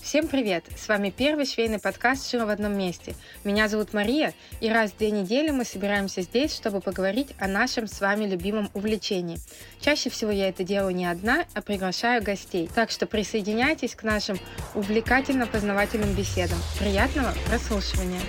Всем привет! С вами первый швейный подкаст «Шила в одном месте». Меня зовут Мария, и раз в 2 недели мы собираемся здесь, чтобы поговорить о нашем с вами любимом увлечении. Чаще всего я это делаю не одна, а приглашаю гостей. Так что присоединяйтесь к нашим увлекательно-познавательным беседам. Приятного прослушивания!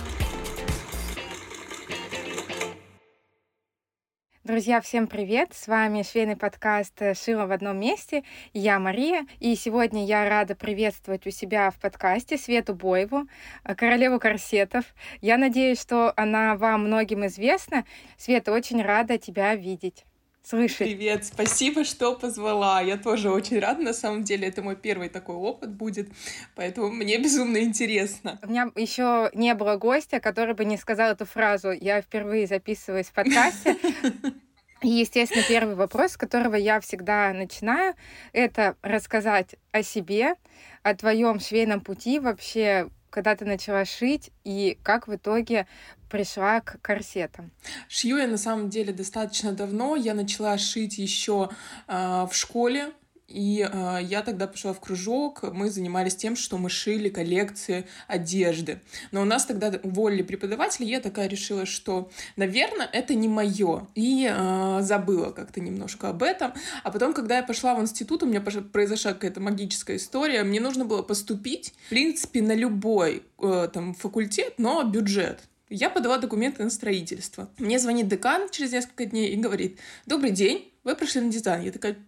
Друзья, всем привет! С вами швейный подкаст «Шила в одном месте». Я Мария, и сегодня я рада приветствовать у себя в подкасте Свету Боеву, королеву корсетов. Я надеюсь, что она вам многим известна. Света, очень рада тебя видеть. Слышать. Привет, спасибо, что позвала. Я тоже очень рада, на самом деле, это мой первый такой опыт будет, поэтому мне безумно интересно. У меня еще не было гостя, который бы не сказал эту фразу. Я впервые записываюсь в подкасте. И, естественно, первый вопрос, с которого я всегда начинаю, это рассказать о себе, о твоем швейном пути вообще, когда ты начала шить и как в итоге пришла к корсетам. Шью я на самом деле достаточно давно. Я начала шить еще в школе. И я тогда пошла в кружок, мы занимались тем, что мы шили коллекции одежды. Но у нас тогда уволили преподавателя, и я такая решила, что, наверное, это не мое. И забыла как-то немножко об этом. А потом, когда я пошла в институт, у меня произошла какая-то магическая история. Мне нужно было поступить, в принципе, на любой там факультет, но бюджет. Я подала документы на строительство. Мне звонит декан через несколько дней и говорит: «Добрый день, вы прошли на дизайн». Я такая: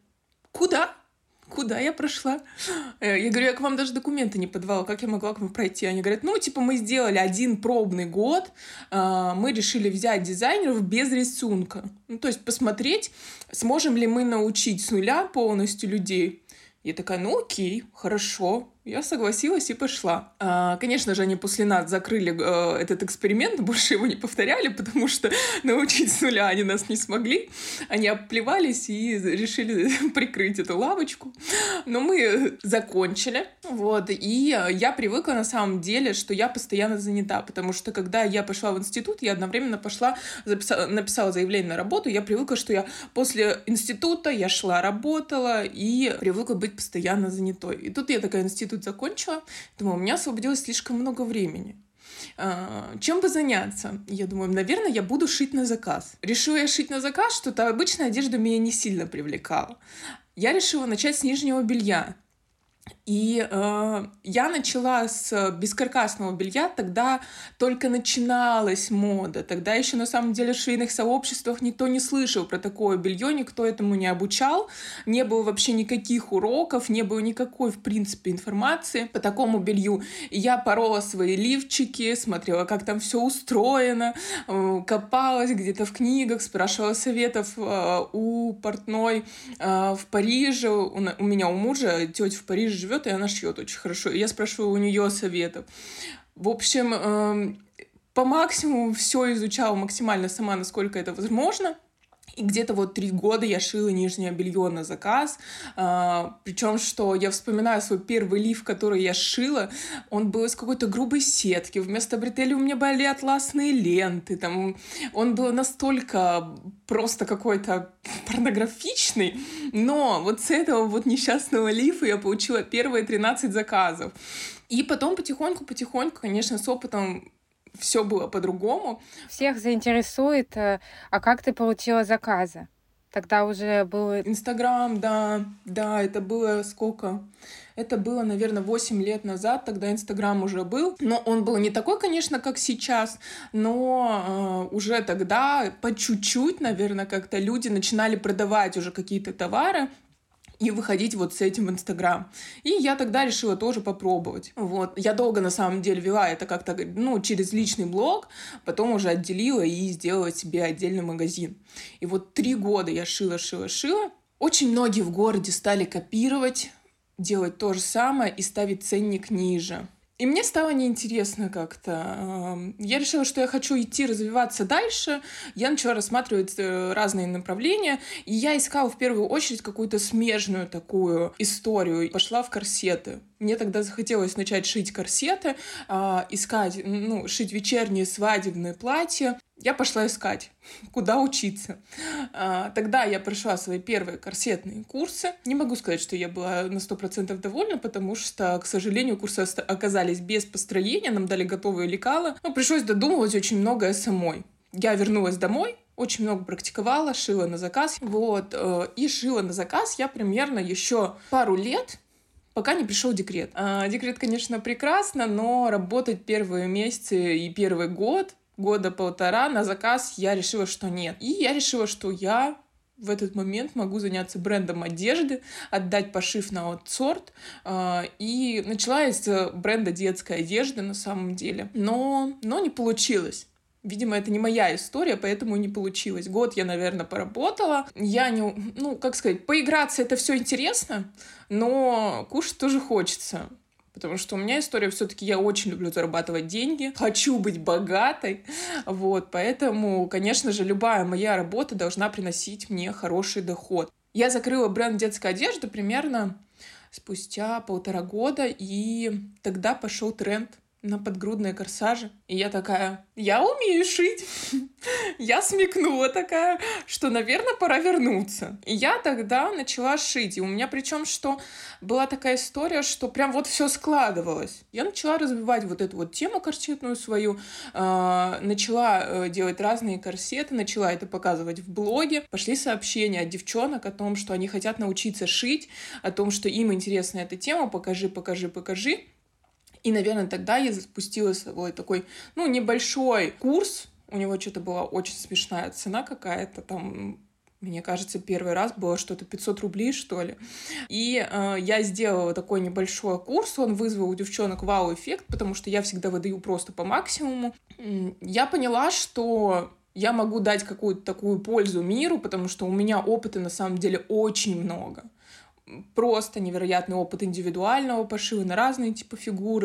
Куда я прошла? Я говорю: я к вам даже документы не подавала, как я могла к вам пройти? Они говорят: мы сделали 1 пробный год, мы решили взять дизайнеров без рисунка. То есть посмотреть, сможем ли мы научить с нуля полностью людей. Я такая: окей, хорошо. Я согласилась и пошла. Конечно же, они после нас закрыли этот эксперимент, больше его не повторяли, потому что научить с нуля они нас не смогли. Они обплевались и решили прикрыть эту лавочку. Но мы закончили. И я привыкла на самом деле, что я постоянно занята, потому что когда я пошла в институт, я одновременно написала заявление на работу. Я привыкла, что я после института я шла, работала и привыкла быть постоянно занятой. И тут я такая институт закончила, думаю, у меня освободилось слишком много времени. Чем бы заняться? Я думаю, наверное, я буду шить на заказ. Решила я шить на заказ, что-то обычная одежда меня не сильно привлекала. Я решила начать с нижнего белья. И я начала с бескаркасного белья, тогда только начиналась мода, тогда еще на самом деле в швейных сообществах никто не слышал про такое белье, никто этому не обучал, не было вообще никаких уроков, не было никакой, в принципе, информации по такому белью. И я порола свои лифчики, смотрела, как там все устроено, копалась где-то в книгах, спрашивала советов у портной в Париже. У меня у мужа тетя в Париже живет, и она шьет очень хорошо. И я спрашиваю у нее советов. В общем, по максимуму все изучала максимально сама, насколько это возможно. И где-то 3 года я шила нижнее белье на заказ. Причем, что я вспоминаю свой первый лиф, который я шила, он был из какой-то грубой сетки. Вместо бретелей у меня были атласные ленты. Он был настолько просто какой-то порнографичный. Но с этого несчастного лифа я получила первые 13 заказов. И потом потихоньку, конечно, с опытом все было по-другому. Всех заинтересует, а как ты получила заказы? Тогда уже был Инстаграм, да, это было сколько? Это было, наверное, 8 лет назад, тогда Инстаграм уже был. Но он был не такой, конечно, как сейчас, но уже тогда по чуть-чуть, наверное, как-то люди начинали продавать уже какие-то товары и выходить с этим в Инстаграм. И я тогда решила тоже попробовать. Я долго, на самом деле, вела это как-то, через личный блог, потом уже отделила и сделала себе отдельный магазин. И 3 года я шила. Очень многие в городе стали копировать, делать то же самое и ставить ценник ниже. И мне стало неинтересно как-то. Я решила, что я хочу идти развиваться дальше. Я начала рассматривать разные направления. И я искала в первую очередь какую-то смежную такую историю. Пошла в корсеты. Мне тогда захотелось начать шить корсеты, искать, шить вечерние свадебные платья. я пошла искать, куда учиться. Тогда я прошла свои первые корсетные курсы. Не могу сказать, что я была на 100% довольна, потому что, к сожалению, курсы оказались без построения, нам дали готовые лекала. Но пришлось додумывать очень многое самой. Я вернулась домой, очень много практиковала, шила на заказ. И шила на заказ я примерно еще пару лет, пока не пришел декрет. Декрет, конечно, прекрасно, но работать первые месяцы и первый года полтора на заказ я решила, что нет. И я решила, что я в этот момент могу заняться брендом одежды, отдать пошив на аутсорт. И начала я с бренда детской одежды на самом деле. Но не получилось. Видимо, это не моя история, поэтому не получилось. Год я, наверное, поработала. Поиграться — это все интересно, но кушать тоже хочется. Потому что у меня история все-таки, я очень люблю зарабатывать деньги, хочу быть богатой, поэтому, конечно же, любая моя работа должна приносить мне хороший доход. Я закрыла бренд детской одежды примерно спустя 1,5 года, и тогда пошел тренд на подгрудные корсажи. И я такая, я умею шить. Я смекнула такая, что, наверное, пора вернуться. И я тогда начала шить. И у меня причем что была такая история, что прям вот все складывалось. Я начала развивать вот эту вот тему корсетную свою, начала делать разные корсеты, начала это показывать в блоге. Пошли сообщения от девчонок о том, что они хотят научиться шить, о том, что им интересна эта тема, покажи. И, наверное, тогда я запустила свой такой, небольшой курс. У него что-то была очень смешная цена какая-то, там, мне кажется, первый раз было что-то 500 рублей, что ли. И я сделала такой небольшой курс, он вызвал у девчонок вау-эффект, потому что я всегда выдаю просто по максимуму. Я поняла, что я могу дать какую-то такую пользу миру, потому что у меня опыта на самом деле очень много. Просто невероятный опыт индивидуального пошива на разные типы фигуры.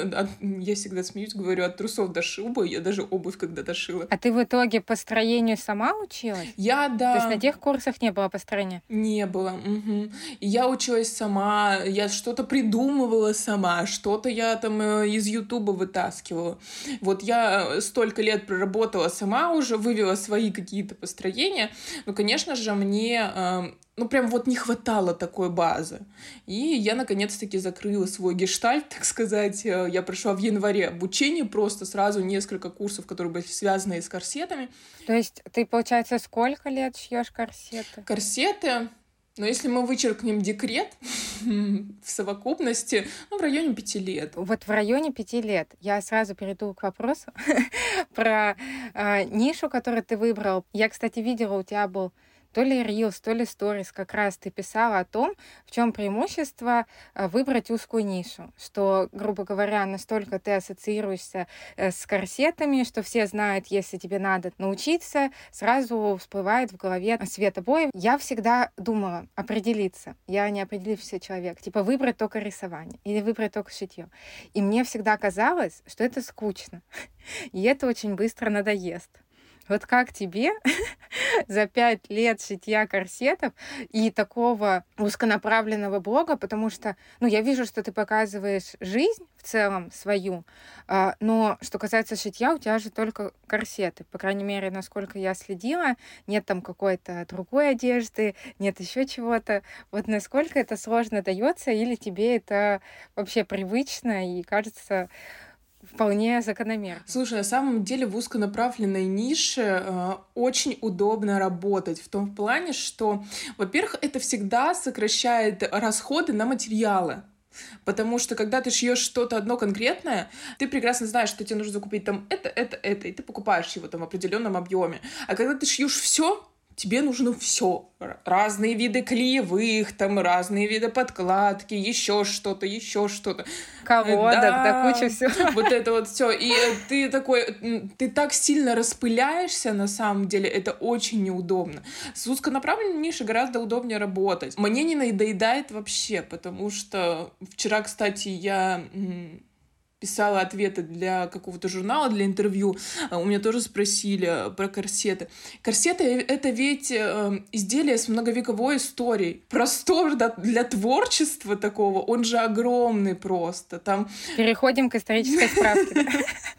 Я всегда смеюсь, говорю, от трусов до шубы. Я даже обувь когда-то шила. А ты в итоге построению сама училась? Да. То есть на тех курсах не было построения? Не было. Угу. Я училась сама, я что-то придумывала сама, что-то я там из Ютуба вытаскивала. Я столько лет проработала сама уже, вывела свои какие-то построения. Конечно же, мне... прям не хватало такой базы. И я, наконец-таки, закрыла свой гештальт, так сказать. Я прошла в январе обучение, просто сразу несколько курсов, которые были связаны с корсетами. То есть ты, получается, сколько лет шьешь корсеты? Корсеты, но если мы вычеркнем декрет в совокупности, в районе 5 лет. Вот в районе 5 лет. Я сразу перейду к вопросу про нишу, которую ты выбрал. Я, кстати, видела, у тебя был то ли Reels, то ли Stories, как раз ты писала о том, в чем преимущество выбрать узкую нишу. Что, грубо говоря, настолько ты ассоциируешься с корсетами, что все знают, если тебе надо научиться, сразу всплывает в голове свет обоев. Я всегда думала определиться. Я не определившийся человек. Типа выбрать только рисование или выбрать только шитье. И мне всегда казалось, что это скучно. И это очень быстро надоест. Вот как тебе за 5 лет шитья корсетов и такого узконаправленного блога, потому что, я вижу, что ты показываешь жизнь в целом свою, но что касается шитья, у тебя же только корсеты. По крайней мере, насколько я следила, нет там какой-то другой одежды, нет еще чего-то. Вот насколько это сложно дается, или тебе это вообще привычно и кажется вполне закономерно? Слушай, на самом деле в узконаправленной нише очень удобно работать в том плане, что, во-первых, это всегда сокращает расходы на материалы. Потому что, когда ты шьешь что-то одно конкретное, ты прекрасно знаешь, что тебе нужно закупить там это, и ты покупаешь его там в определенном объеме. А когда ты шьешь все, тебе нужно все. Разные виды клеевых, там разные виды подкладки, еще что-то. Колодок, да, куча всего. Вот это вот все. И ты так сильно распыляешься, на самом деле, это очень неудобно. С узконаправленной нишей гораздо удобнее работать. Мне не надоедает вообще, потому что вчера, кстати, я писала ответы для какого-то журнала, для интервью. У меня тоже спросили про корсеты. Корсеты — это ведь изделие с многовековой историей. Простор для творчества такого, он же огромный просто. Там... Переходим к исторической справке.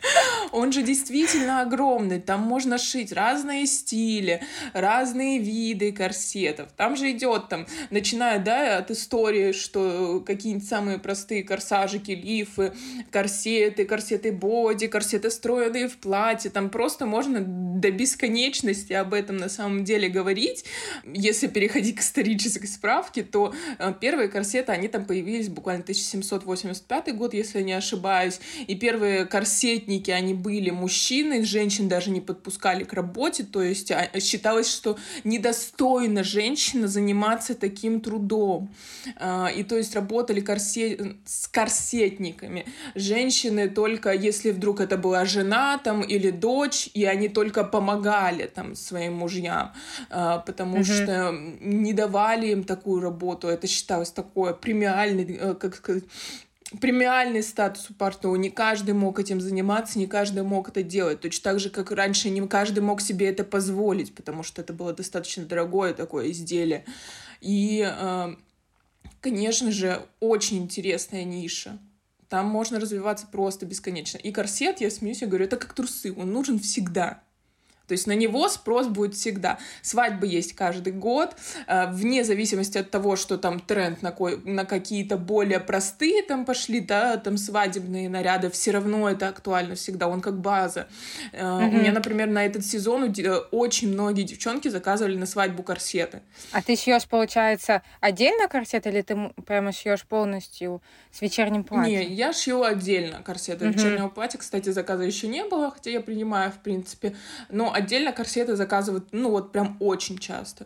Он же действительно огромный, там можно шить разные стили, разные виды корсетов. Там же идет там, начиная, да, от истории, что какие-нибудь самые простые корсажики, лифы, корсеты боди, корсеты встроенные в платье, там просто можно до бесконечности об этом на самом деле говорить. Если переходить к исторической справке, то первые корсеты, они там появились буквально 1785 год, если я не ошибаюсь, и первые корсетники, они были мужчины, женщин даже не подпускали к работе, то есть считалось, что недостойно женщина заниматься таким трудом. И то есть работали с корсетниками. Женщины только, если вдруг это была жена там или дочь, и они только помогали там своим мужьям, потому что не давали им такую работу. Это считалось такое премиальный, как сказать, премиальный статус у портного. Не каждый мог этим заниматься, не каждый мог это делать. Точно так же, как раньше, не каждый мог себе это позволить, потому что это было достаточно дорогое такое изделие. И, конечно же, очень интересная ниша. Там можно развиваться просто бесконечно. И корсет, я смеюсь, я говорю, это как трусы, он нужен всегда. То есть на него спрос будет всегда. Свадьбы есть каждый год, вне зависимости от того, что там тренд на какие-то более простые там пошли, да, там свадебные наряды, все равно это актуально всегда, он как база. У меня, например, на этот сезон очень многие девчонки заказывали на свадьбу корсеты. А ты шьешь, получается, отдельно корсет, или ты прямо шьешь полностью с вечерним платьем? Не, я шью отдельно корсеты. Вечернего платья, кстати, заказа еще не было, хотя я принимаю, в принципе. Но отдельно корсеты заказывают, ну вот прям очень часто.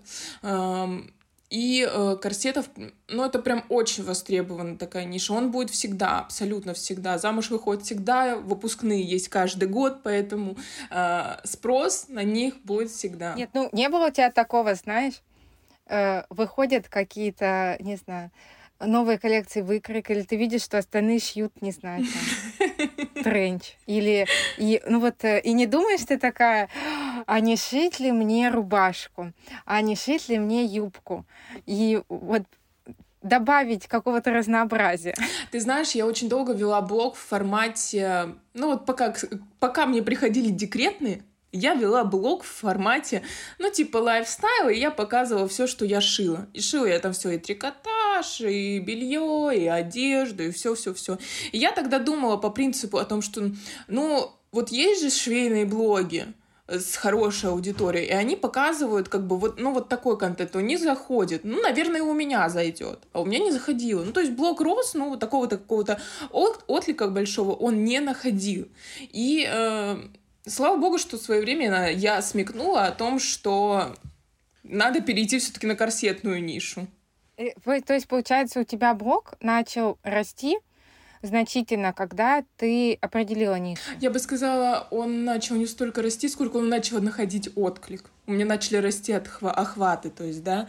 И корсетов, ну это прям очень востребованная такая ниша. Он будет всегда, абсолютно всегда. Замуж выходит всегда, выпускные есть каждый год, поэтому спрос на них будет всегда. Нет, ну не было у тебя такого, знаешь, выходят какие-то, не знаю, новые коллекции выкроек, или ты видишь, что остальные шьют, не знаю, там, тренч. Или, ну вот, и не думаешь ты такая, а не шить ли мне рубашку, а не шить ли мне юбку? И вот добавить какого-то разнообразия. Ты знаешь, я очень долго вела блог в формате... Ну вот пока мне приходили декретные, я вела блог в формате, ну, типа лайфстайл, и я показывала все, что я шила. И шила я там все, и трикотаж, и белье, и одежду, и все-все-все. И я тогда думала по принципу о том, что, ну, вот есть же швейные блоги с хорошей аудиторией, и они показывают как бы вот, ну, вот такой контент, у них заходит, ну, наверное, и у меня зайдет, а у меня не заходило. Ну, то есть блог рос, ну, вот такого-то какого-то отклика большого он не находил. И слава богу, что в свое время я смекнула о том, что надо перейти все-таки на корсетную нишу. То есть, получается, у тебя блог начал расти значительно, когда ты определила нишу? Я бы сказала, он начал не столько расти, сколько он начал находить отклик. У меня начали расти охваты, то есть, да.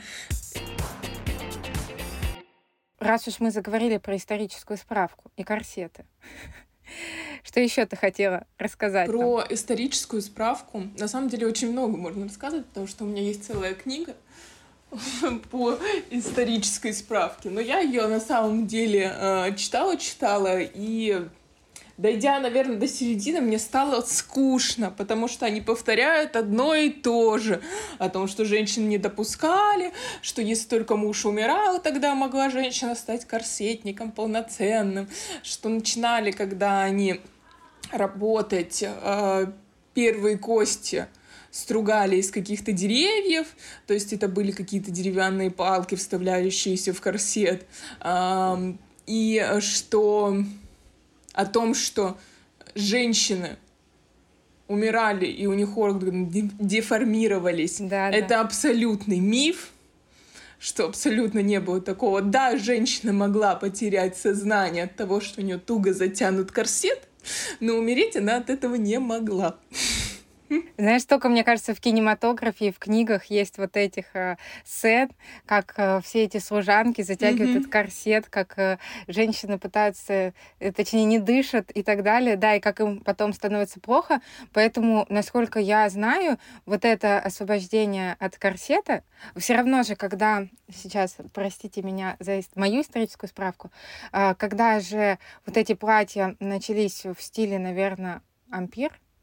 Раз уж мы заговорили про историческую справку и корсеты, что еще ты хотела рассказать? Про историческую справку, на самом деле, очень много можно рассказывать, потому что у меня есть целая книга по исторической справке. Но я ее на самом деле читала, и дойдя, наверное, до середины, мне стало скучно, потому что они повторяют одно и то же. О том, что женщин не допускали, что если только муж умирал, тогда могла женщина стать корсетником полноценным, что начинали, когда они работать, первые кости стругали из каких-то деревьев, то есть это были какие-то деревянные палки, вставляющиеся в корсет, и что о том, что женщины умирали и у них органы деформировались, это абсолютный миф, что абсолютно не было такого. Да, женщина могла потерять сознание от того, что у нее туго затянут корсет, но умереть она от этого не могла. Знаешь, столько, мне кажется, в кинематографе и в книгах есть вот этих сцен, как все эти служанки затягивают этот корсет, как женщины пытаются, точнее, не дышат и так далее, да, и как им потом становится плохо. Поэтому, насколько я знаю, вот это освобождение от корсета, все равно же, когда, сейчас, простите меня за мою историческую справку, когда же вот эти платья начались в стиле, наверное, ампир,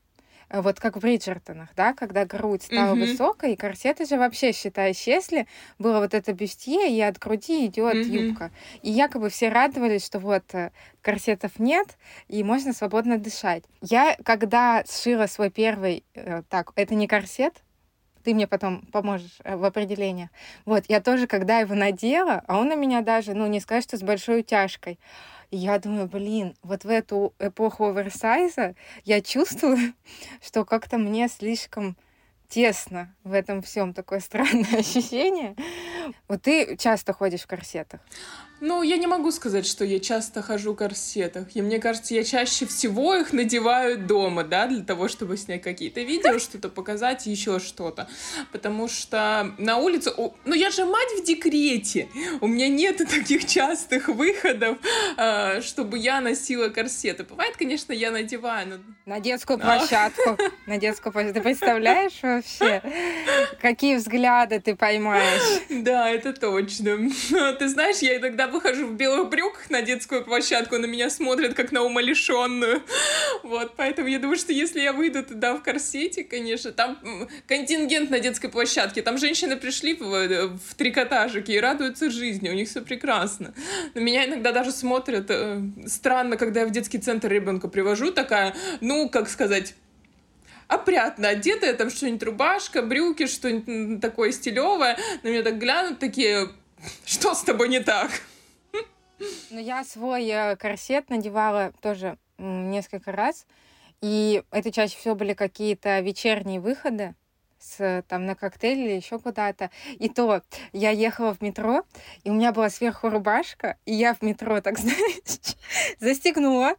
вот как в Бриджертонах, да, когда грудь стала Мгм. высокой, и корсеты же вообще, считай, исчезли, было вот это бюстье, и от груди идет Мгм. юбка. И якобы все радовались, что вот корсетов нет, и можно свободно дышать. Я, когда сшила свой первый, так, это не корсет, ты мне потом поможешь в определениях. Вот, я тоже, когда его надела, а он на меня даже, ну, не сказать, что с большой утяжкой. И я думаю, блин, вот в эту эпоху оверсайза я чувствую, что как-то мне слишком тесно в этом всем, такое странное ощущение. Вот ты часто ходишь в корсетах. Ну, я не могу сказать, что я часто хожу в корсетах. И мне кажется, я чаще всего их надеваю дома, да, для того, чтобы снять какие-то видео, что-то показать, еще что-то. Потому что на улице... Ну, я же мать в декрете. У меня нет таких частых выходов, чтобы я носила корсеты. Бывает, конечно, я надеваю, но... На детскую площадку. На детскую площадку. Ты представляешь вообще, какие взгляды ты поймаешь? Да, это точно. Ты знаешь, я иногда выхожу в белых брюках на детскую площадку, на меня смотрят как на умалишенную. Вот, поэтому я думаю, что если я выйду туда в корсете, конечно, там контингент на детской площадке, там женщины пришли в трикотажике и радуются жизни, у них все прекрасно. На меня иногда даже смотрят странно, когда я в детский центр ребенка привожу, такая, ну, как сказать, опрятно одетая, там что-нибудь рубашка, брюки, что-нибудь такое стилевое. На меня так глянут, такие, что с тобой не так? Ну, я свой корсет надевала тоже несколько раз, и это чаще всего были какие-то вечерние выходы там на коктейль или еще куда-то. И то я ехала в метро, и у меня была сверху рубашка, и я в метро, так знаешь, застегнула.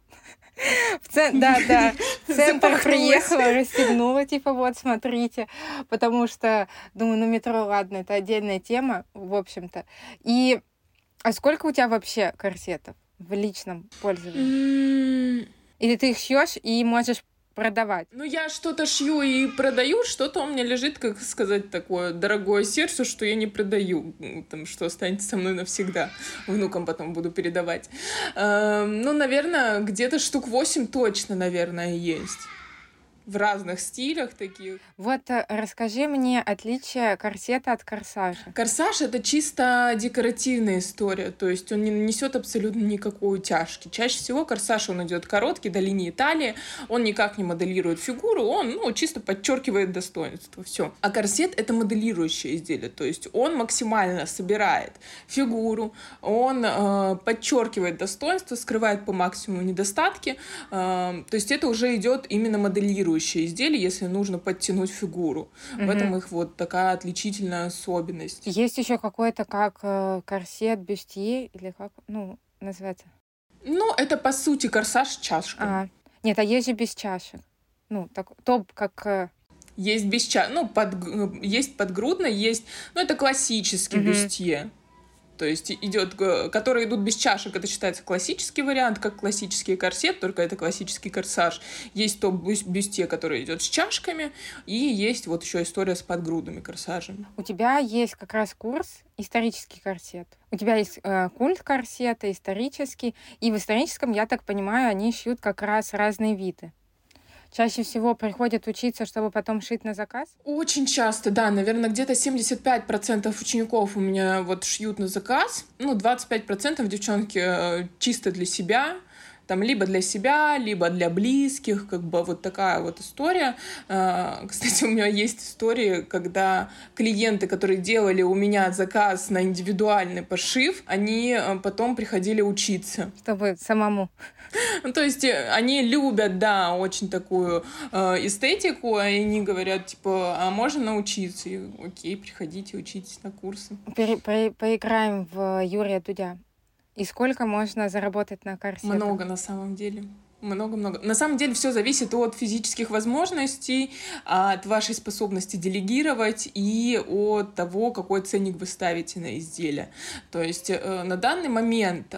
Да, в центр приехала, расстегнула, типа, вот, смотрите, потому что, думаю, ну, метро, ладно, это отдельная тема, в общем-то. А сколько у тебя вообще корсетов в личном пользовании? Или ты их шьешь и можешь продавать? Ну, я что-то шью и продаю, что-то у меня лежит, как сказать, такое дорогое сердцу, что я не продаю, там, что останется со мной навсегда. Внукам потом буду передавать. Ну, наверное, где-то штук 8 точно, наверное, есть. В разных стилях таких. Вот расскажи мне отличие корсета от корсажа. Корсаж — это чисто декоративная история, то есть он не несет абсолютно никакой утяжки. Чаще всего корсаж, он идет короткий, до линии талии, он никак не моделирует фигуру, он, ну, чисто подчеркивает достоинство, все. А корсет — это моделирующее изделие, то есть он максимально собирает фигуру, он подчеркивает достоинство, скрывает по максимуму недостатки, то есть это уже идет именно моделирующее изделие, если нужно подтянуть фигуру. В этом их вот такая отличительная особенность. Есть еще какой-то как корсет бюстье, или как, ну, называется? Ну, это по сути корсаж с чашкой. Нет, а есть же без чашек. Ну, так, топ как... Есть без чашек, ну, есть подгрудно, есть... Ну, это классический бюстье. То есть идет, которые идут без чашек, это считается классический вариант, как классический корсет, только это классический корсаж. Есть топ-бюстье, который идет с чашками, и есть вот еще история с подгрудными корсажами. У тебя есть как раз курс «Исторический корсет». У тебя есть культ корсета, исторический, и в историческом, я так понимаю, они шьют как раз разные виды. Чаще всего приходят учиться, чтобы потом шить на заказ? Очень часто, да. Наверное, где-то 75% учеников у меня вот шьют на заказ. Ну, 25% девчонки чисто для себя. Там либо для себя, либо для близких, как бы вот такая вот история. Кстати, у меня есть истории, когда клиенты, которые делали у меня заказ на индивидуальный пошив, они потом приходили учиться. Чтобы самому. Ну, то есть они любят, да, очень такую эстетику, и они говорят, типа, а можно научиться? И, окей, приходите, учитесь на курсы. Поиграем в Юрия Дудя. И сколько можно заработать на корсетах? Много, на самом деле. Много-много. На самом деле все зависит от физических возможностей, от вашей способности делегировать и от того, какой ценник вы ставите на изделие. То есть на данный момент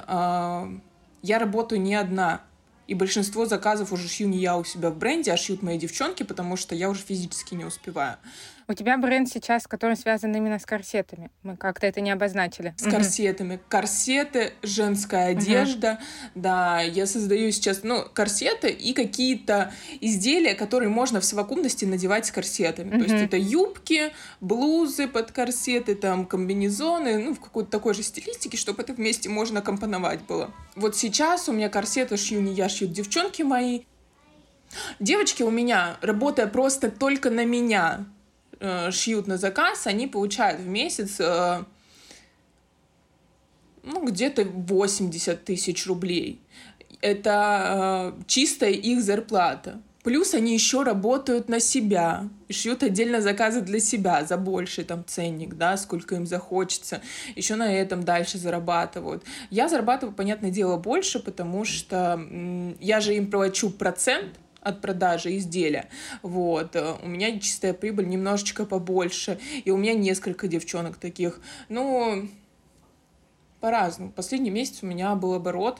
я работаю не одна. И большинство заказов уже шью не я у себя в бренде, а шьют мои девчонки, потому что я уже физически не успеваю. У тебя бренд сейчас, который связан именно с корсетами. Мы как-то это не обозначили. С корсетами. Корсеты, женская одежда. Да, я создаю сейчас, корсеты и какие-то изделия, которые можно в совокупности надевать с корсетами. То есть это юбки, блузы под корсеты, там комбинезоны, в какой-то такой же стилистике, чтобы это вместе можно компоновать было. Вот сейчас у меня корсеты шью не я, шьют девчонки мои. Девочки у меня, работая просто только на меня, шьют на заказ, они получают в месяц где-то 80 тысяч рублей. Это чистая их зарплата. Плюс они еще работают на себя и шьют отдельно заказы для себя за больший там ценник, да, сколько им захочется. Еще на этом дальше зарабатывают. Я зарабатываю, понятное дело, больше, потому что я же им плачу процент от продажи изделия. Вот. У меня чистая прибыль немножечко побольше. И у меня несколько девчонок таких. По-разному. Последний месяц у меня был оборот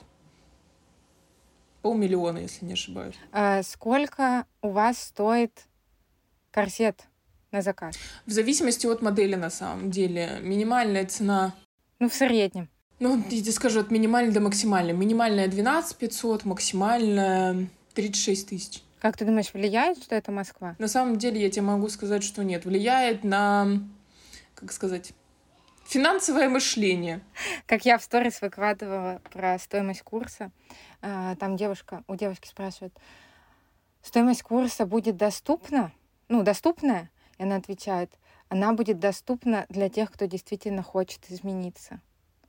500 000, если не ошибаюсь. Сколько у вас стоит корсет на заказ? В зависимости от модели, на самом деле. Минимальная цена... в среднем. Я тебе скажу, от минимальной до максимальной. Минимальная 12 500, максимальная 36 000. Как ты думаешь, влияет, что это Москва? На самом деле, я тебе могу сказать, что нет. Влияет на, финансовое мышление. Как я в сторис выкладывала про стоимость курса, там у девушки спрашивают, стоимость курса будет доступна? Доступная? И она отвечает, она будет доступна для тех, кто действительно хочет измениться.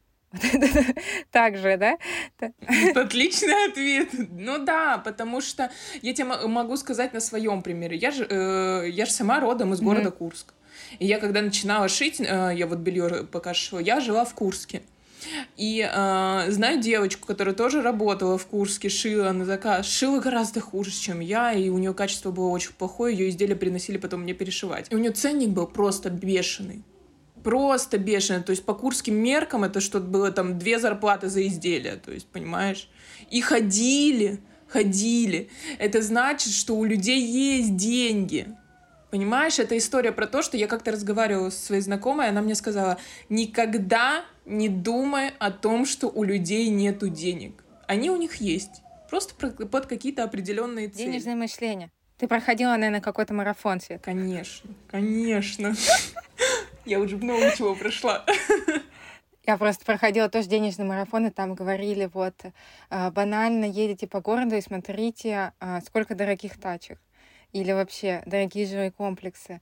Так же, да? Отличный ответ. Да, потому что я тебе могу сказать на своем примере. Я же сама родом из города Курск. И я когда начинала шить, я вот белье пока шила, я жила в Курске. И знаю девочку, которая тоже работала в Курске, шила на заказ. Шила гораздо хуже, чем я, и у нее качество было очень плохое, ее изделия приносили потом мне перешивать. И у нее ценник был просто бешеный. Просто бешеный. То есть по курским меркам это что-то было там 2 зарплаты за изделие. То есть, понимаешь? И ходили. Это значит, что у людей есть деньги. Понимаешь, это история про то, что я как-то разговаривала со своей знакомой, она мне сказала, никогда не думай о том, что у людей нету денег. Они у них есть. Просто под какие-то определенные цели. Денежное мышление. Ты проходила, наверное, какой-то марафон, Свет. Конечно. Я уже много чего прошла. Я просто проходила тоже денежный марафон, и там говорили, банально едете по городу и смотрите, сколько дорогих тачек. Или вообще дорогие жилые комплексы.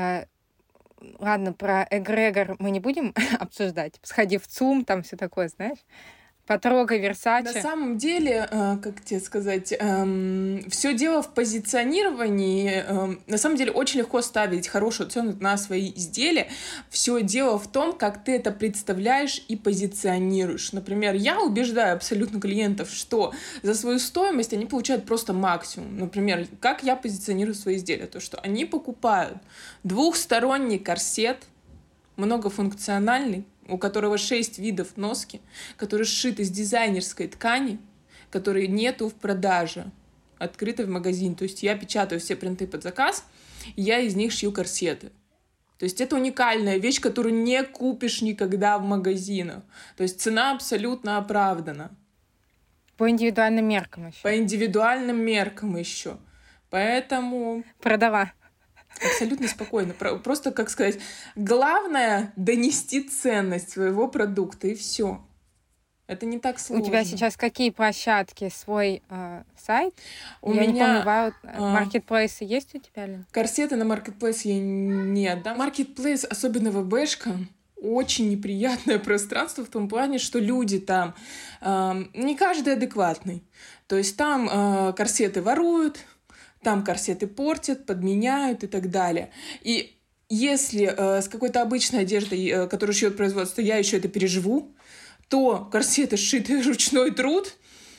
Ладно, про эгрегор мы не будем обсуждать. Сходи в ЦУМ, там все такое, знаешь. Потрогай Версаче. На самом деле, как тебе сказать, все дело в позиционировании. На самом деле очень легко ставить хорошую цену на свои изделия. Все дело в том, как ты это представляешь и позиционируешь. Например, я убеждаю абсолютно клиентов, что за свою стоимость они получают просто максимум. Например, как я позиционирую свои изделия? То, что они покупают двухсторонний корсет, многофункциональный, у которого 6 видов носки, который сшит из дизайнерской ткани, которые нету в продаже, открытой в магазине. То есть я печатаю все принты под заказ, и я из них шью корсеты. То есть это уникальная вещь, которую не купишь никогда в магазинах. То есть цена абсолютно оправдана. По индивидуальным меркам еще. По индивидуальным меркам еще. Поэтому... Продала. Абсолютно спокойно. Просто, как сказать, главное донести ценность своего продукта, и все. Это не так сложно. У тебя сейчас какие площадки? Свой сайт? Я не помню, маркетплейсы есть у тебя ли? Корсеты на маркетплейсе нет. Да? Маркетплейс, особенно ВБшка, очень неприятное пространство в том плане, что люди там, не каждый адекватный. То есть там корсеты воруют, там корсеты портят, подменяют и так далее. И если с какой-то обычной одеждой, которую шьет производство, я еще это переживу, то корсеты, сшитые ручной труд,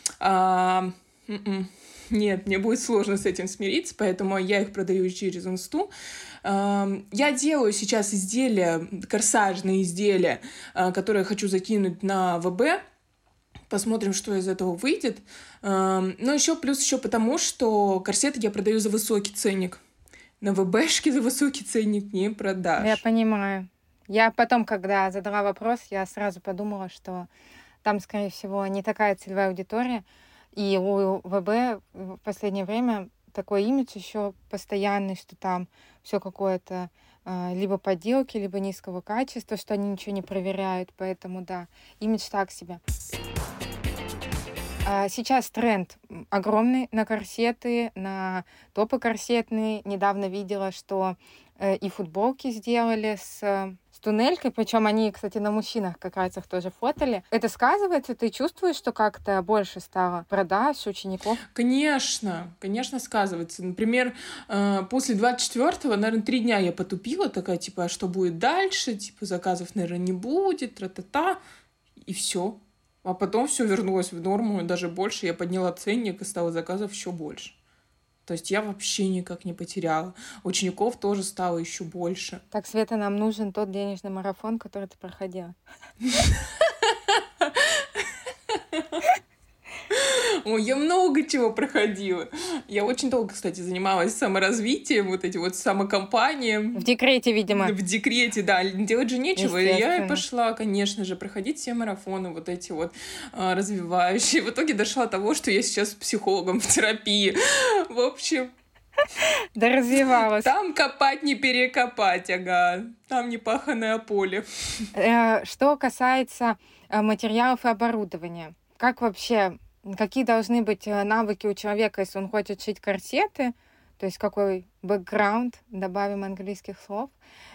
нет, мне будет сложно с этим смириться, поэтому я их продаю через инсту. Я делаю сейчас изделия, корсажные изделия, которые хочу закинуть на ВБ. Посмотрим, что из этого выйдет. Но еще плюс еще потому, что корсеты я продаю за высокий ценник. На ВБшке за высокий ценник не Я продашь. понимаю. Я потом, когда задала вопрос, я сразу подумала, что там, скорее всего, не такая целевая аудитория. И у ВБ в последнее время такой имидж еще постоянный, что там все какое-то либо подделки, либо низкого качества, что они ничего не проверяют. Поэтому да, имидж так себе. Сейчас тренд огромный на корсеты, на топы корсетные. Недавно видела, что и футболки сделали с туннелькой, причем они, кстати, на мужчинах как раз их тоже фотали. Это сказывается? Ты чувствуешь, что как-то больше стало продаж учеников? Конечно, конечно, сказывается. Например, после 24-го, наверное, 3 дня я потупила, такая, типа, а что будет дальше? Типа, заказов, наверное, не будет, тра-та-та, и все. А потом все вернулось в норму, даже больше. Я подняла ценник, и стало заказов еще больше. То есть я вообще никак не потеряла. Учеников тоже стало еще больше. Так, Света, нам нужен тот денежный марафон, который ты проходила. Ой, я много чего проходила. Я очень долго, кстати, занималась саморазвитием, вот этим вот самокомпанием. В декрете, видимо. В декрете, да. Делать же нечего. И я пошла, конечно же, проходить все марафоны вот эти вот развивающие. В итоге дошла до того, что я сейчас с психологом в терапии. В общем... Да развивалась. Там копать не перекопать, ага. Там не паханое поле. Что касается материалов и оборудования. Как вообще, какие должны быть навыки у человека, если он хочет шить корсеты? То есть какой бэкграунд, добавим английских слов.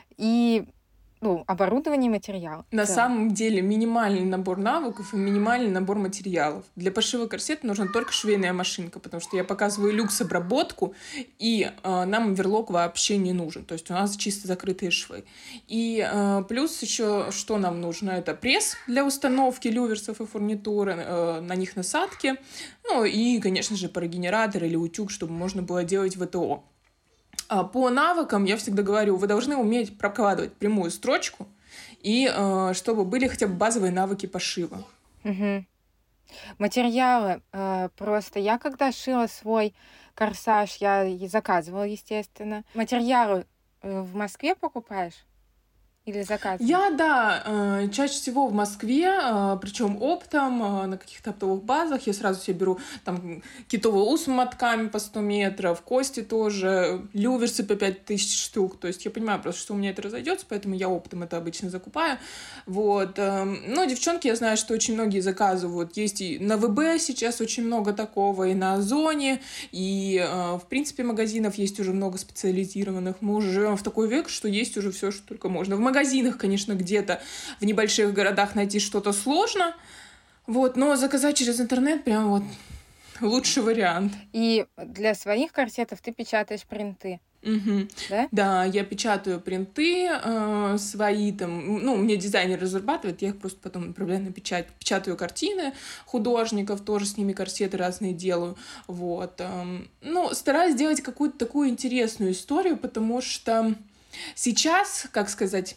И оборудование и материал. На самом деле минимальный набор навыков и минимальный набор материалов. Для пошива корсета нужна только швейная машинка, потому что я показываю люкс-обработку, и нам оверлок вообще не нужен. То есть у нас чисто закрытые швы. И плюс еще что нам нужно? Это пресс для установки люверсов и фурнитуры, на них насадки, ну и, конечно же, парогенератор или утюг, чтобы можно было делать ВТО. По навыкам я всегда говорю, вы должны уметь прокладывать прямую строчку, и чтобы были хотя бы базовые навыки пошива. Угу. Материалы. Просто я когда шила свой корсаж, я заказывала, естественно. Материалы в Москве покупаешь? Или заказываешь? Я, да, чаще всего в Москве, причем оптом, на каких-то оптовых базах. Я сразу себе беру там китовый ус с мотками по 100 метров, кости тоже, люверсы по 5000 штук. То есть я понимаю просто, что у меня это разойдется, поэтому я оптом это обычно закупаю. Вот. Но девчонки, я знаю, что очень многие заказывают. Есть и на ВБ сейчас очень много такого, и на Озоне, и в принципе магазинов есть уже много специализированных. Мы уже живем в такой век, что есть уже все, что только можно. В магазинах, конечно, где-то в небольших городах найти что-то сложно, вот, но заказать через интернет прям вот лучший вариант. И для своих корсетов ты печатаешь принты. Угу. Да? Да, я печатаю принты свои, там, ну, мне дизайнер разрабатывает, я их просто потом направляю на печать. Печатаю картины художников, тоже с ними корсеты разные делаю, вот. Ну, стараюсь сделать какую-то такую интересную историю, потому что сейчас, как сказать,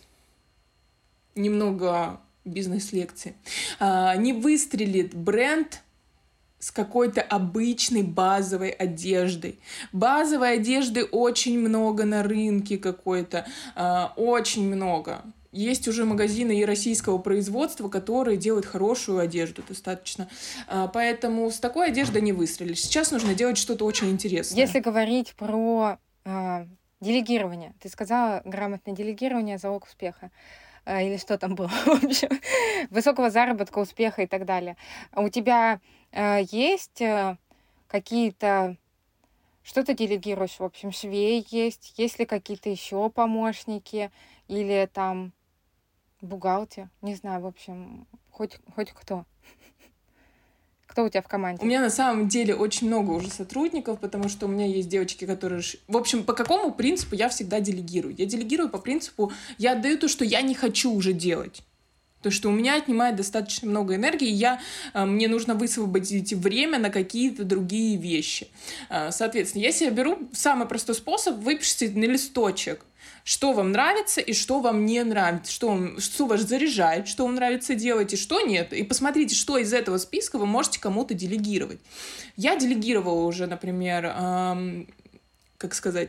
немного бизнес-лекции, не выстрелит бренд с какой-то обычной базовой одеждой. Базовой одежды очень много на рынке какой-то, очень много. Есть уже магазины и российского производства, которые делают хорошую одежду достаточно. Поэтому с такой одеждой не выстрелишь. Сейчас нужно делать что-то очень интересное. Если говорить про делегирование. Ты сказала, грамотное делегирование — залог успеха. Или что там было, в общем, высокого заработка, успеха и так далее. А у тебя есть какие-то... Что ты делегируешь? В общем, швей есть ли какие-то еще помощники или там бухгалтер? Не знаю, в общем, хоть кто. Кто у тебя в команде? У меня на самом деле очень много уже сотрудников, потому что у меня есть девочки, которые... В общем, по какому принципу я всегда делегирую? Я делегирую по принципу, я отдаю то, что я не хочу уже делать. То, что у меня отнимает достаточно много энергии, мне нужно высвободить время на какие-то другие вещи. Соответственно, я себе беру самый простой способ: выпишите на листочек, что вам нравится и что вам не нравится, что вас заряжает, что вам нравится делать и что нет. И посмотрите, что из этого списка вы можете кому-то делегировать. Я делегировала уже, например, как сказать...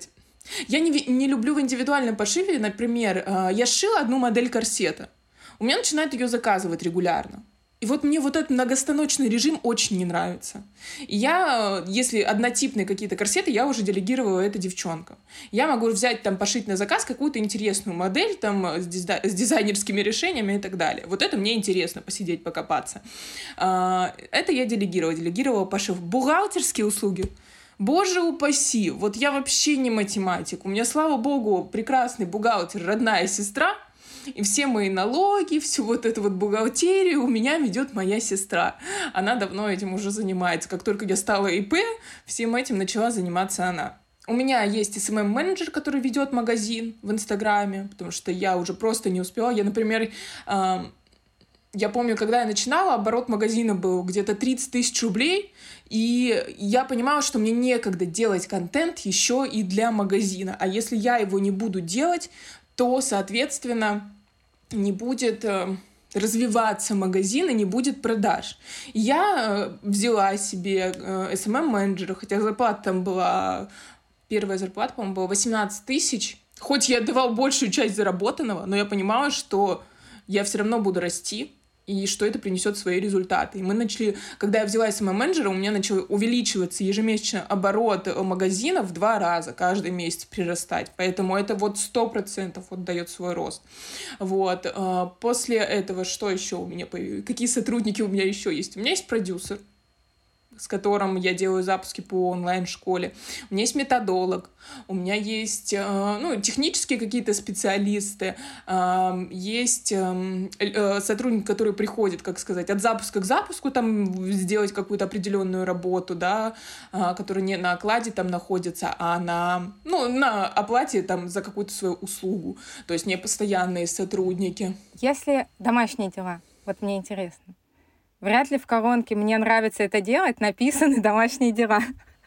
Я не люблю в индивидуальном пошиве, например, я сшила одну модель корсета. У меня начинают ее заказывать регулярно. И вот мне вот этот многостаночный режим очень не нравится. И я, если однотипные какие-то корсеты, я уже делегировала это девчонкам. Я могу взять, там, пошить на заказ какую-то интересную модель, там, с дизайнерскими решениями и так далее. Вот это мне интересно, посидеть, покопаться. Это я делегировала пошив. Бухгалтерские услуги. Боже упаси, вот я вообще не математик. У меня, слава богу, прекрасный бухгалтер, родная сестра, и все мои налоги, всю вот эту вот бухгалтерию у меня ведет моя сестра. Она давно этим уже занимается. Как только я стала ИП, всем этим начала заниматься она. У меня есть SMM-менеджер, который ведет магазин в Инстаграме, потому что я уже просто не успела. Я, например, я помню, когда я начинала, оборот магазина был где-то 30 тысяч рублей, и я понимала, что мне некогда делать контент еще и для магазина. А если я его не буду делать, то, соответственно, не будет развиваться магазин и не будет продаж. Я взяла себе SMM-менеджера, хотя зарплата там была, первая зарплата, по-моему, была 18 тысяч. Хоть я отдавала большую часть заработанного, но я понимала, что я все равно буду расти, и что это принесет свои результаты. И мы начали, когда я взяла SMM-менеджера, у меня начал увеличиваться ежемесячно оборот магазина в 2 раза, каждый месяц прирастать. Поэтому это вот 100% вот дает свой рост. Вот. После этого что еще у меня появилось? Какие сотрудники у меня еще есть? У меня есть продюсер, с которым я делаю запуски по онлайн-школе. У меня есть методолог, у меня есть технические какие-то специалисты, есть сотрудник, который приходит, как сказать, от запуска к запуску, там, сделать какую-то определенную работу, да, которая не на окладе там находится, а на оплате там за какую-то свою услугу. То есть не постоянные сотрудники. Если домашние дела, вот мне интересно, вряд ли в колонке «Мне нравится это делать» написаны домашние дела.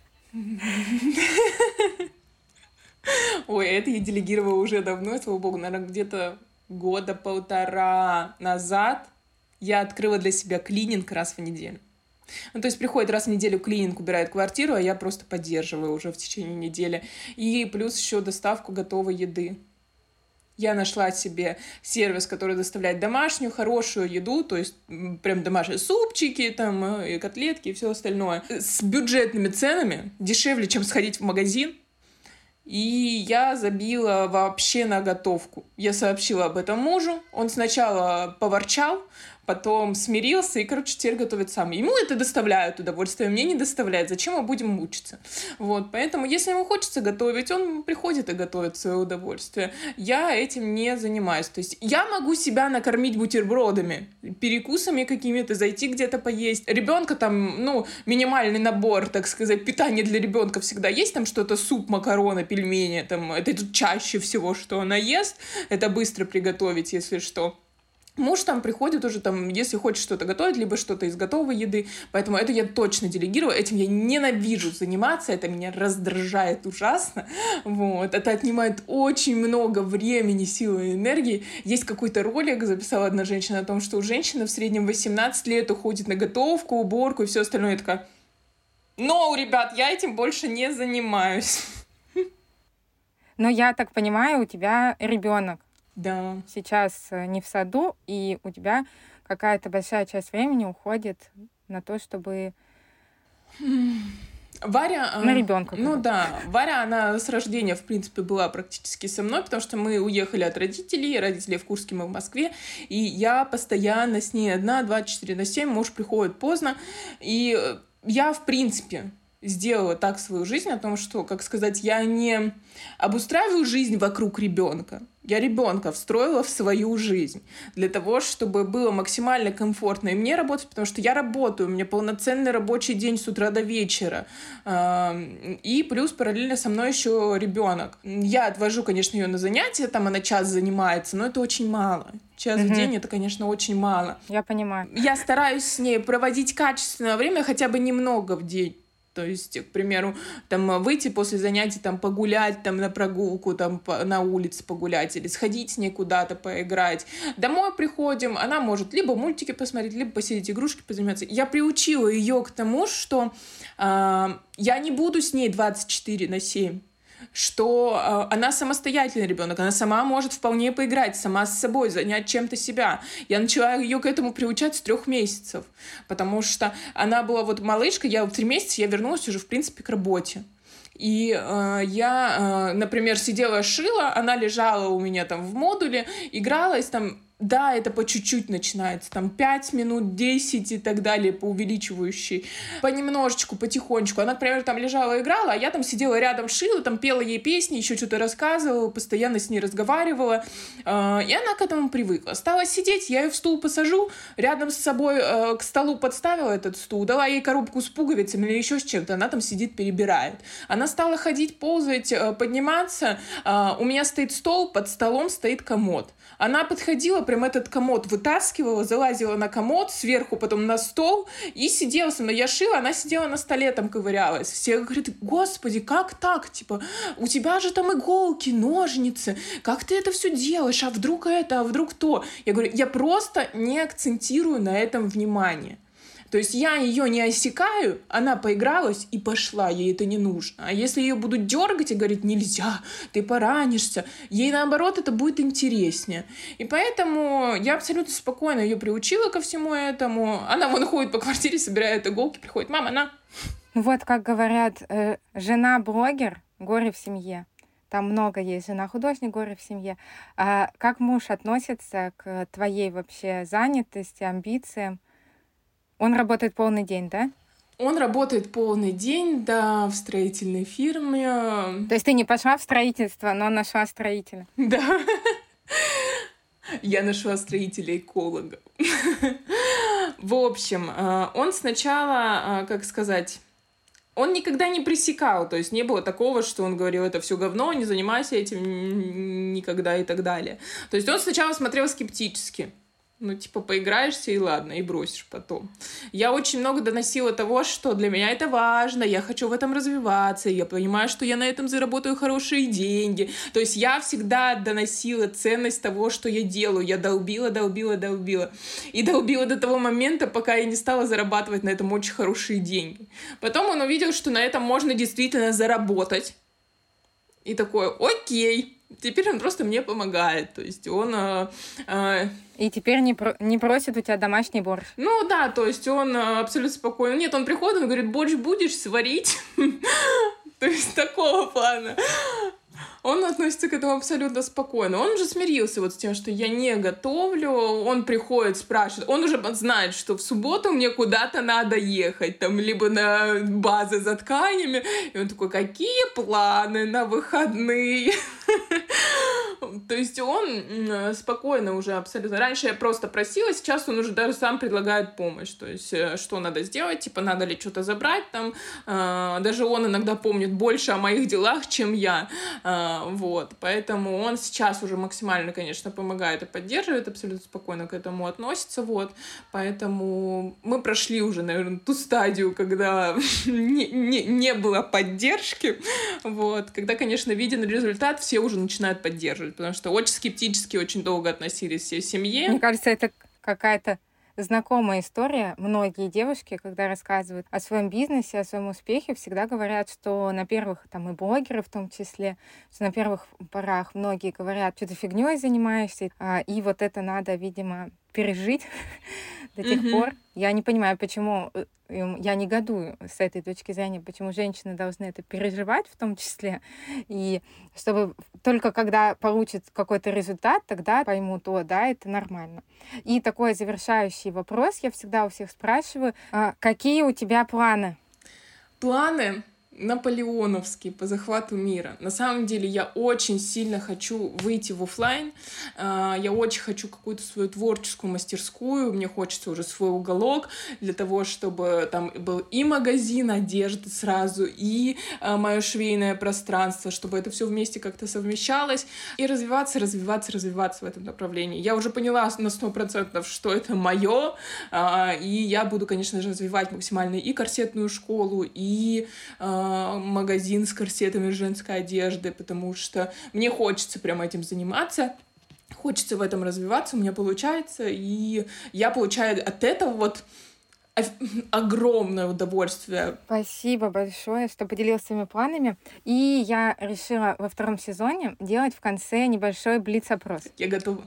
Ой, это я делегировала уже давно, слава богу, наверное, где-то 1.5 года назад я открыла для себя клининг раз в неделю. Ну, то есть приходит раз в неделю клининг, убирает квартиру, а я просто поддерживаю уже в течение недели. И плюс еще доставку готовой еды. Я нашла себе сервис, который доставляет домашнюю, хорошую еду, то есть прям домашние супчики, там, и котлетки, и все остальное. С бюджетными ценами, дешевле, чем сходить в магазин. И я забила вообще на готовку. Я сообщила об этом мужу, он сначала поворчал, потом смирился и, теперь готовит сам. Ему это доставляет удовольствие, мне не доставляет. Зачем мы будем мучиться? Вот, поэтому, если ему хочется готовить, он приходит и готовит в свое удовольствие. Я этим не занимаюсь. То есть я могу себя накормить бутербродами, перекусами какими-то, зайти где-то поесть. Ребенка там, минимальный набор, так сказать, питания для ребенка всегда есть. Там что-то суп, макароны, пельмени. Там, это чаще всего, что она ест. Это быстро приготовить, если что. Муж там приходит уже, там, если хочет что-то готовить, либо что-то из готовой еды. Поэтому это я точно делегирую. Этим я ненавижу заниматься. Это меня раздражает ужасно. Вот. Это отнимает очень много времени, силы и энергии. Есть какой-то ролик, записала одна женщина о том, что у женщины в среднем 18 лет уходит на готовку, уборку и все остальное. Я такая: ребят, я этим больше не занимаюсь. Но я так понимаю, у тебя ребенок. Да. Сейчас не в саду, и у тебя какая-то большая часть времени уходит на то, чтобы Варя... на ребенка. Варя, она с рождения, в принципе, была практически со мной, потому что мы уехали от родителей в Курске, мы в Москве, и я постоянно с ней одна, 24/7, муж приходит поздно, и я, в принципе, сделала так свою жизнь о том, что, как сказать, я не обустраиваю жизнь вокруг ребенка. Я ребенка встроила в свою жизнь для того, чтобы было максимально комфортно и мне работать, потому что я работаю, у меня полноценный рабочий день с утра до вечера. И плюс параллельно со мной еще ребенок. Я отвожу, конечно, ее на занятия, там она час занимается, но это очень мало. Час в день — это, конечно, очень мало. Я понимаю. Я стараюсь с ней проводить качественное время хотя бы немного в день. То есть, к примеру, там выйти после занятий, там погулять, там на прогулку, там на улице погулять, или сходить с ней куда-то поиграть. Домой приходим, она может либо мультики посмотреть, либо посидеть, игрушки позаниматься. Я приучила ее к тому, что я не буду с ней 24/7. что она самостоятельный ребенок, она сама может вполне поиграть, сама с собой, занять чем-то себя. Я начала ее к этому приучать с 3 месяцев, потому что она была вот малышка, я в 3 месяца я вернулась уже, в принципе, к работе. И я, например, сидела, шила, она лежала у меня там в модуле, игралась там. Да, это по чуть-чуть начинается, там 5 минут, 10 и так далее, по увеличивающей, понемножечку, потихонечку. Она, например, там лежала, играла, а я там сидела рядом, шила, там пела ей песни, еще что-то рассказывала, постоянно с ней разговаривала, и она к этому привыкла. Стала сидеть, я ее в стул посажу, рядом с собой к столу подставила этот стул, дала ей коробку с пуговицами или еще с чем-то, она там сидит, перебирает. Она стала ходить, ползать, подниматься, у меня стоит стол, под столом стоит комод. Она подходила, прям этот комод вытаскивала, залазила на комод, сверху потом на стол и сидела со мной. Я шила, она сидела на столе, там ковырялась. Все говорят: господи, как так? Типа, у тебя же там иголки, ножницы, как ты это все делаешь? А вдруг это, а вдруг то? Я говорю, я просто не акцентирую на этом внимание. То есть я ее не осекаю, она поигралась и пошла, ей это не нужно. А если ее будут дергать и говорить: нельзя, ты поранишься, ей наоборот это будет интереснее. И поэтому я абсолютно спокойно ее приучила ко всему этому. Она вон ходит по квартире, собирает иголки, приходит: мама, на. Вот как говорят, жена-блогер, горе в семье. Там много есть жена-художник, горе в семье. А как муж относится к твоей вообще занятости, амбициям? Он работает полный день, да? Он работает полный день, да, в строительной фирме. То есть ты не пошла в строительство, но нашла строителя? Да. Я нашла строителя-эколога. В общем, он сначала, как сказать... Он никогда не пресекал, то есть не было такого, что он говорил: это все говно, не занимайся этим никогда и так далее. То есть он сначала смотрел скептически. Ну, типа, поиграешься и ладно, и бросишь потом. Я очень много доносила того, что для меня это важно, я хочу в этом развиваться, я понимаю, что я на этом заработаю хорошие деньги. То есть я всегда доносила ценность того, что я делаю. Я долбила. И долбила до того момента, пока я не стала зарабатывать на этом очень хорошие деньги. Потом он увидел, что на этом можно действительно заработать. И такой: окей. Теперь он просто мне помогает. То есть он... И теперь не просит у тебя домашний борщ. Ну да, то есть он абсолютно спокойно. Нет, он приходит, он говорит: борщ будешь сварить? То есть такого плана. Он относится к этому абсолютно спокойно. Он уже смирился вот с тем, что я не готовлю. Он приходит, спрашивает. Он уже знает, что в субботу мне куда-то надо ехать. Там либо на базы за тканями. И он такой: какие планы на выходные? То есть он спокойно уже абсолютно. Раньше я просто просила, сейчас он уже даже сам предлагает помощь. То есть что надо сделать, типа надо ли что-то забрать там. Даже он иногда помнит больше о моих делах, чем я. Вот. Поэтому он сейчас уже максимально, конечно, помогает и поддерживает, абсолютно спокойно к этому относится. Вот. Поэтому мы прошли уже, наверное, ту стадию, когда не было поддержки. Вот. Когда, конечно, виден результат, все уже начинают поддерживать, потому что очень скептически очень долго относились всей семье. Мне кажется, это какая-то знакомая история. Многие девушки, когда рассказывают о своем бизнесе, о своем успехе, всегда говорят, что на первых, там и блогеры в том числе, что на первых порах многие говорят: что ты фигней занимаешься, и вот это надо, видимо, пережить до тех пор. Я не понимаю, почему, я негодую с этой точки зрения, почему женщины должны это переживать в том числе, и чтобы только когда получат какой-то результат, тогда поймут: о, да, это нормально. И такой завершающий вопрос я всегда у всех спрашиваю: какие у тебя планы? Планы наполеоновский по захвату мира. На самом деле я очень сильно хочу выйти в офлайн. Я очень хочу какую-то свою творческую мастерскую. Мне хочется уже свой уголок для того, чтобы там был и магазин одежды сразу, и мое швейное пространство, чтобы это все вместе как-то совмещалось, и развиваться в этом направлении. Я уже поняла на 100%, что это мое, и я буду, конечно же, развивать максимально и корсетную школу, и магазин с корсетами женской одежды, потому что мне хочется прямо этим заниматься, хочется в этом развиваться, у меня получается, и я получаю от этого вот огромное удовольствие. Спасибо большое, что поделился своими планами. И я решила во 2 сезоне делать в конце небольшой блиц-опрос. Я готова.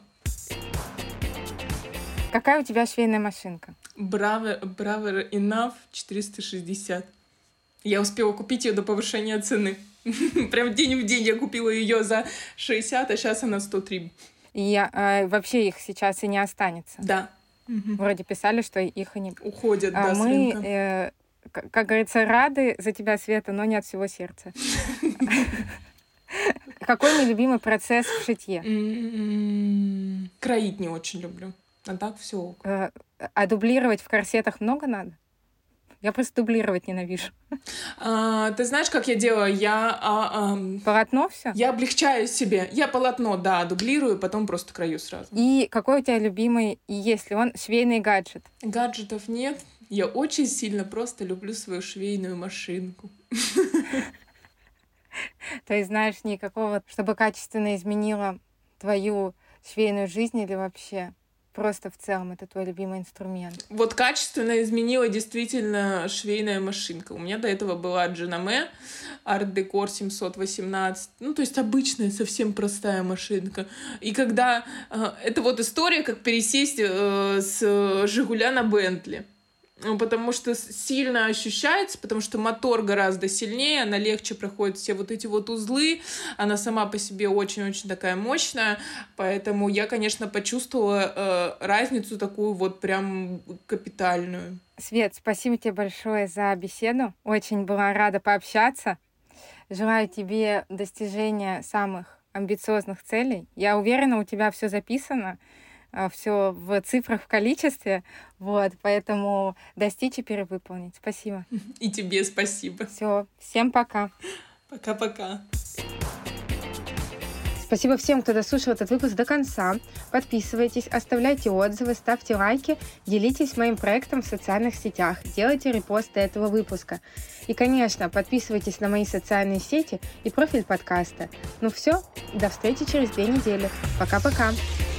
Какая у тебя швейная машинка? Braver Enough 460. Я успела купить ее до повышения цены. Прям день в день я купила ее за 60, а сейчас она 103. И вообще их сейчас и не останется. Да. Вроде писали, что их и не... Уходят, да, с рынка. Мы, как говорится, рады за тебя, Света, но не от всего сердца. Какой мой любимый процесс в шитье? Кроить не очень люблю. А так все. А дублировать в корсетах много надо? Я просто дублировать ненавижу. Ты знаешь, как я делаю? Полотно все? Я облегчаю себе. Я полотно, да, дублирую, потом просто крою сразу. И какой у тебя любимый, если он швейный гаджет? Гаджетов нет. Я очень сильно просто люблю свою швейную машинку. То есть, знаешь, никакого, чтобы качественно изменило твою швейную жизнь или вообще? Просто в целом это твой любимый инструмент. Вот качественно изменила действительно швейная машинка. У меня до этого была Джинаме Art Decor 718. Ну, то есть обычная, совсем простая машинка. И когда... это вот история, как пересесть с Жигуля на Бентли. Потому что сильно ощущается, потому что мотор гораздо сильнее, она легче проходит все вот эти вот узлы, она сама по себе очень-очень такая мощная, поэтому я, конечно, почувствовала разницу такую вот прям капитальную. Свет, спасибо тебе большое за беседу, очень была рада пообщаться, желаю тебе достижения самых амбициозных целей, я уверена, у тебя все записано, все в цифрах, в количестве, вот, поэтому достичь и перевыполнить. Спасибо. И тебе спасибо. Все, всем пока. Пока-пока. Спасибо всем, кто дослушал этот выпуск до конца. Подписывайтесь, оставляйте отзывы, ставьте лайки, делитесь моим проектом в социальных сетях, делайте репосты этого выпуска. И, конечно, подписывайтесь на мои социальные сети и профиль подкаста. Ну все, до встречи через 2 недели. Пока-пока.